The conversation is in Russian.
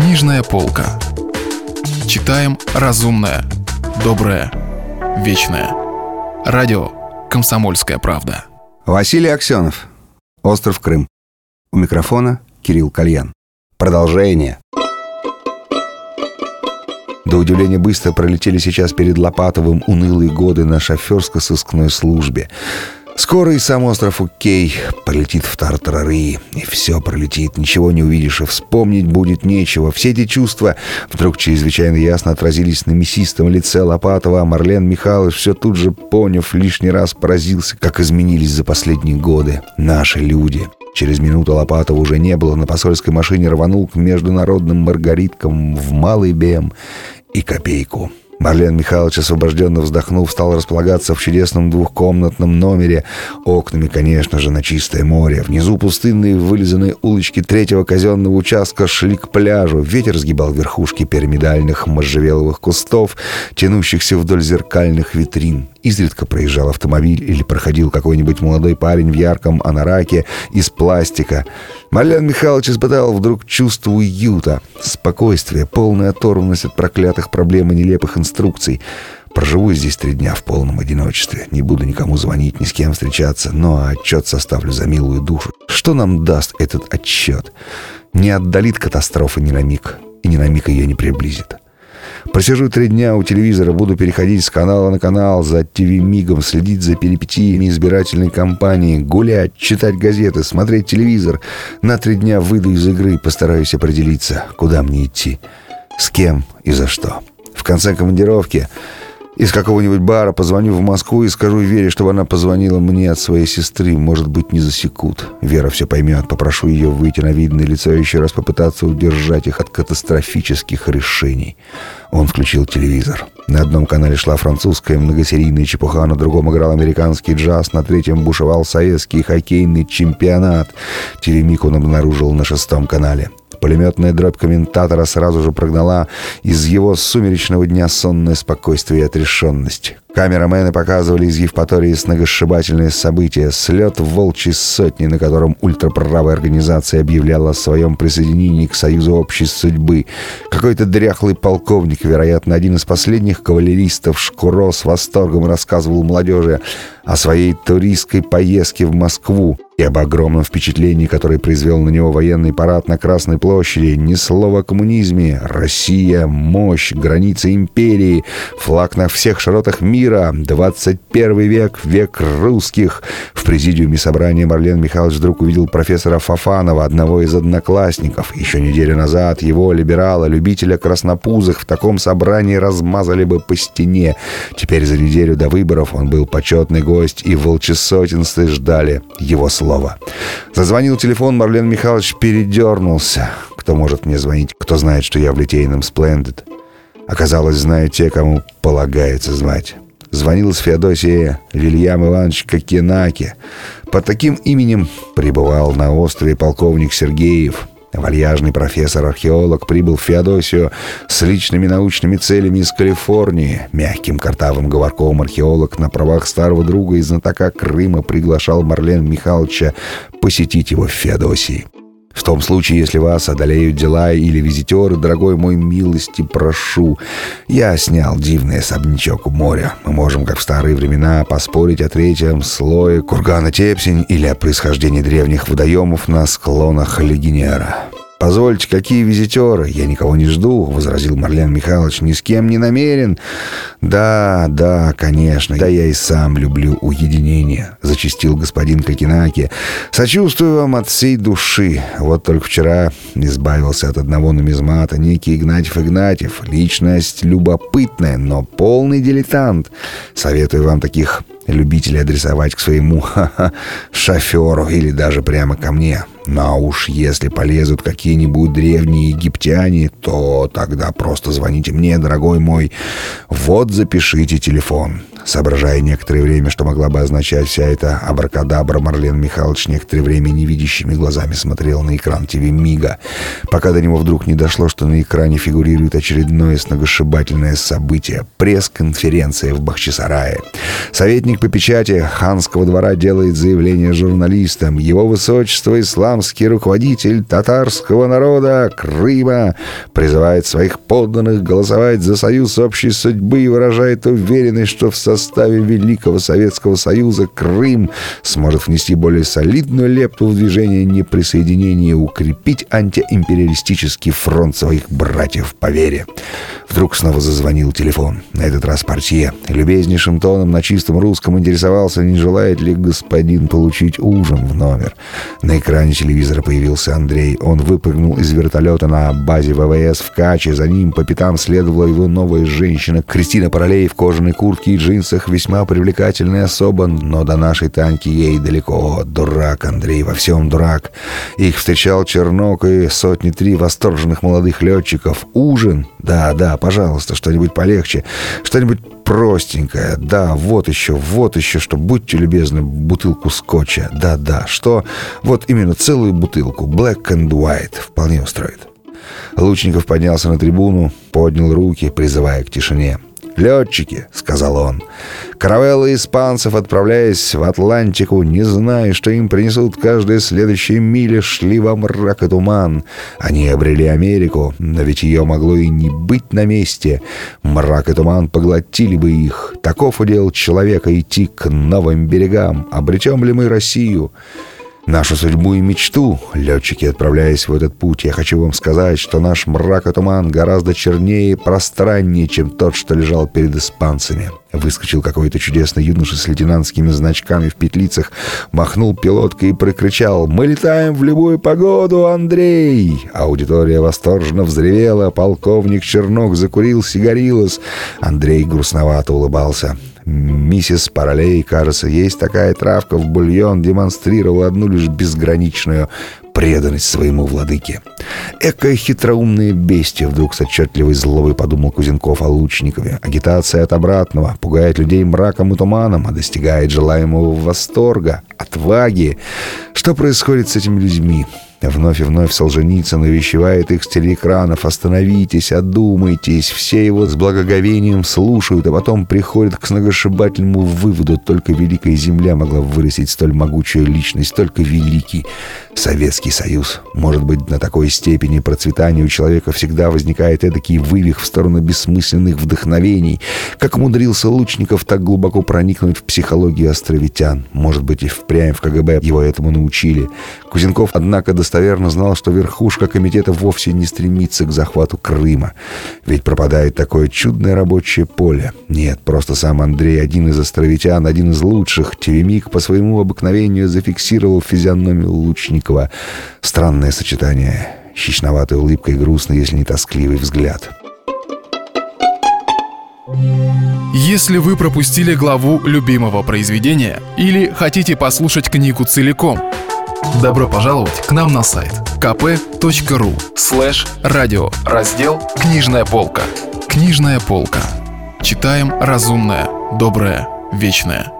Книжная полка. Читаем разумное, доброе, вечное. Радио «Комсомольская правда». Василий Аксенов. Остров Крым. У микрофона Кирилл Кальян. Продолжение. До удивления быстро пролетели сейчас перед Лопатовым унылые годы на шоферско-сыскной службе. Скоро и сам остров Укей полетит в тартарары, и все пролетит, ничего не увидишь, и вспомнить будет нечего. Все эти чувства вдруг чрезвычайно ясно отразились на мясистом лице Лопатова, а Марлен Михайлович, все тут же поняв, лишний раз поразился, как изменились за последние годы наши люди. Через минуту Лопатова уже не было, на посольской машине рванул к международным маргариткам в Малый Бем и Копейку. Марлен Михайлович, освобожденно вздохнув, стал располагаться в чудесном двухкомнатном номере, окнами, конечно же, на чистое море. Внизу пустынные вылизанные улочки третьего казенного участка шли к пляжу. Ветер сгибал верхушки пирамидальных можжевеловых кустов, тянущихся вдоль зеркальных витрин. Изредка проезжал автомобиль или проходил какой-нибудь молодой парень в ярком анараке из пластика. Марлен Михайлович испытал вдруг чувство уюта, спокойствия, полная оторванность от проклятых проблем и нелепых инструкций. Проживу здесь 3 дня в полном одиночестве. Не буду никому звонить, ни с кем встречаться, но отчет составлю за милую душу. Что нам даст этот отчет? Не отдалит катастрофы ни на миг, и ни на миг ее не приблизит. Просижу 3 дня у телевизора, буду переходить с канала на канал, за ТВ-мигом, следить за перипетиями избирательной кампании, гулять, читать газеты, смотреть телевизор. На 3 дня выйду из игры, постараюсь определиться, куда мне идти, с кем и за что. В конце командировки из какого-нибудь бара позвоню в Москву и скажу Вере, чтобы она позвонила мне от своей сестры. Может быть, не засекут. Вера все поймет. Попрошу ее выйти на видное лицо и еще раз попытаться удержать их от катастрофических решений. Он включил телевизор. На одном канале шла французская многосерийная чепуха, на другом играл американский джаз, на третьем бушевал советский хоккейный чемпионат. ТВ-миг он обнаружил на 6-м канале. Пулеметная дробь комментатора сразу же прогнала из его сумеречного дня сонное спокойствие и отрешенность. Камерамены показывали из Евпатории сногсшибательные события. Слет Волчьей сотни, на котором ультраправая организация объявляла о своем присоединении к Союзу общей судьбы. Какой-то дряхлый полковник, вероятно, один из последних кавалеристов Шкуро, с восторгом рассказывал молодежи о своей туристской поездке в Москву и об огромном впечатлении, которое произвел на него военный парад на Красной площади. Ни слова о коммунизме. Россия, мощь, границы империи, флаг на всех широтах мира. 21 век, век русских. В президиуме собрания Марлен Михайлович вдруг увидел профессора Фофанова, одного из одноклассников. Еще неделю назад его, либерала, любителя краснопузых, в таком собрании размазали бы по стене. Теперь за неделю до выборов он был почетный гость, и волчесотенцы ждали его слова. Зазвонил телефон, Марлен Михайлович передернулся. Кто может мне звонить? Кто знает, что я в Литейном Сплендид? Оказалось, знают те, кому полагается звать. Звонил с Феодосии Вильям Иванович Кокенаки. Под таким именем пребывал на острове полковник Сергеев. Вальяжный профессор-археолог прибыл в Феодосию с личными научными целями из Калифорнии. Мягким картавым говорком археолог на правах старого друга и знатока Крыма приглашал Марлен Михайловича посетить его в Феодосии. В том случае, если вас одолеют дела или визитеры, дорогой мой, милости прошу. Я снял дивный особнячок у моря. Мы можем, как в старые времена, поспорить о 3-м слое кургана Тепсень или о происхождении древних водоемов на склонах Легенера. «Позвольте, какие визитеры? Я никого не жду», — возразил Марлен Михайлович. «Ни с кем не намерен». Да, конечно. Да я и сам люблю уединение», — зачастил господин Кокенаки. «Сочувствую вам от всей души. Вот только вчера избавился от одного нумизмата, некий Игнатьев Игнатьев. Личность любопытная, но полный дилетант. Советую вам таких любителей адресовать к своему шоферу или даже прямо ко мне. Но уж если полезут какие-нибудь древние египтяне, то тогда просто звоните мне, дорогой мой. Вот запишите телефон. Соображая некоторое время, что могла бы означать вся эта абракадабра, Марлен Михайлович некоторое время невидящими глазами смотрел на экран ТВ Мига, пока до него вдруг не дошло, что на экране фигурирует очередное сногсшибательное событие — пресс-конференция в Бахчисарае. Советник по печати ханского двора делает заявление журналистам. Его высочество исламский руководитель татарского народа Крыма призывает своих подданных голосовать за союз общей судьбы и выражает уверенность, что в составе Великого Советского Союза Крым сможет внести более солидную лепту в движение неприсоединения и укрепить антиимпериалистический фронт своих братьев по вере. Вдруг снова зазвонил телефон. На этот раз портье любезнейшим тоном на чистом русском интересовался, не желает ли господин получить ужин в номер. На экране телевизора появился Андрей. Он выпрыгнул из вертолета на базе ВВС в Каче. За ним по пятам следовала его новая женщина Кристина Паралей в кожаной куртке и джинсах, весьма привлекательная особа, но до нашей Таньки ей далеко. Дурак Андрей, во всем дурак. Их встречал Чернок и 3 восторженных молодых летчиков. Ужин? Да, пожалуйста, что-нибудь полегче, что-нибудь простенькое. Да, вот еще, что, будьте любезны, бутылку скотча. Да, что? Вот именно целую бутылку. Black and White. Вполне устроит. Лучников поднялся на трибуну, поднял руки, призывая к тишине. «Летчики», — сказал он, — «каравеллы испанцев, отправляясь в Атлантику, не зная, что им принесут каждая следующая миля, шли во мрак и туман. Они обрели Америку, но ведь ее могло и не быть на месте. Мрак и туман поглотили бы их. Таков удел человека — идти к новым берегам. Обретем ли мы Россию? Нашу судьбу и мечту, летчики, отправляясь в этот путь, я хочу вам сказать, что наш мрак и туман гораздо чернее и пространнее, чем тот, что лежал перед испанцами». Выскочил какой-то чудесный юноша с лейтенантскими значками в петлицах, махнул пилоткой и прокричал: «Мы летаем в любую погоду, Андрей!» Аудитория восторженно взревела, полковник Чернок закурил сигарилос. Андрей грустновато улыбался. Миссис Паралей, кажется, есть такая травка в бульон, демонстрировала одну лишь безграничную преданность своему владыке. «Экое хитроумное бестие», — вдруг с отчетливой злобой подумал Кузенков о Лучникове. Агитация от обратного пугает людей мраком и туманом, а достигает желаемого восторга, отваги. Что происходит с этими людьми? Вновь и вновь Солженицын увещевает их с телеэкранов: «Остановитесь, одумайтесь». Все его с благоговением слушают, а потом приходят к сногсшибательному выводу: только Великая Земля могла вырастить столь могучую личность, только Великий Советский Союз. Может быть, на такой степени процветания у человека всегда возникает эдакий вывих в сторону бессмысленных вдохновений. Как умудрился Лучников так глубоко проникнуть в психологию островитян? Может быть, и впрямь в КГБ его этому научили. Кузенков, однако, достоверно знал, что верхушка комитета вовсе не стремится к захвату Крыма. Ведь пропадает такое чудное рабочее поле. Нет, просто сам Андрей, один из островитян, один из лучших. ТВ-Миг по своему обыкновению зафиксировал физиономию Лучникова. Странное сочетание. Хищноватой улыбкой и грустный, если не тоскливый взгляд. Если вы пропустили главу любимого произведения или хотите послушать книгу целиком, добро пожаловать к нам на сайт kp.ru/радио, раздел «Книжная полка». Книжная полка. Читаем разумное, доброе, вечное.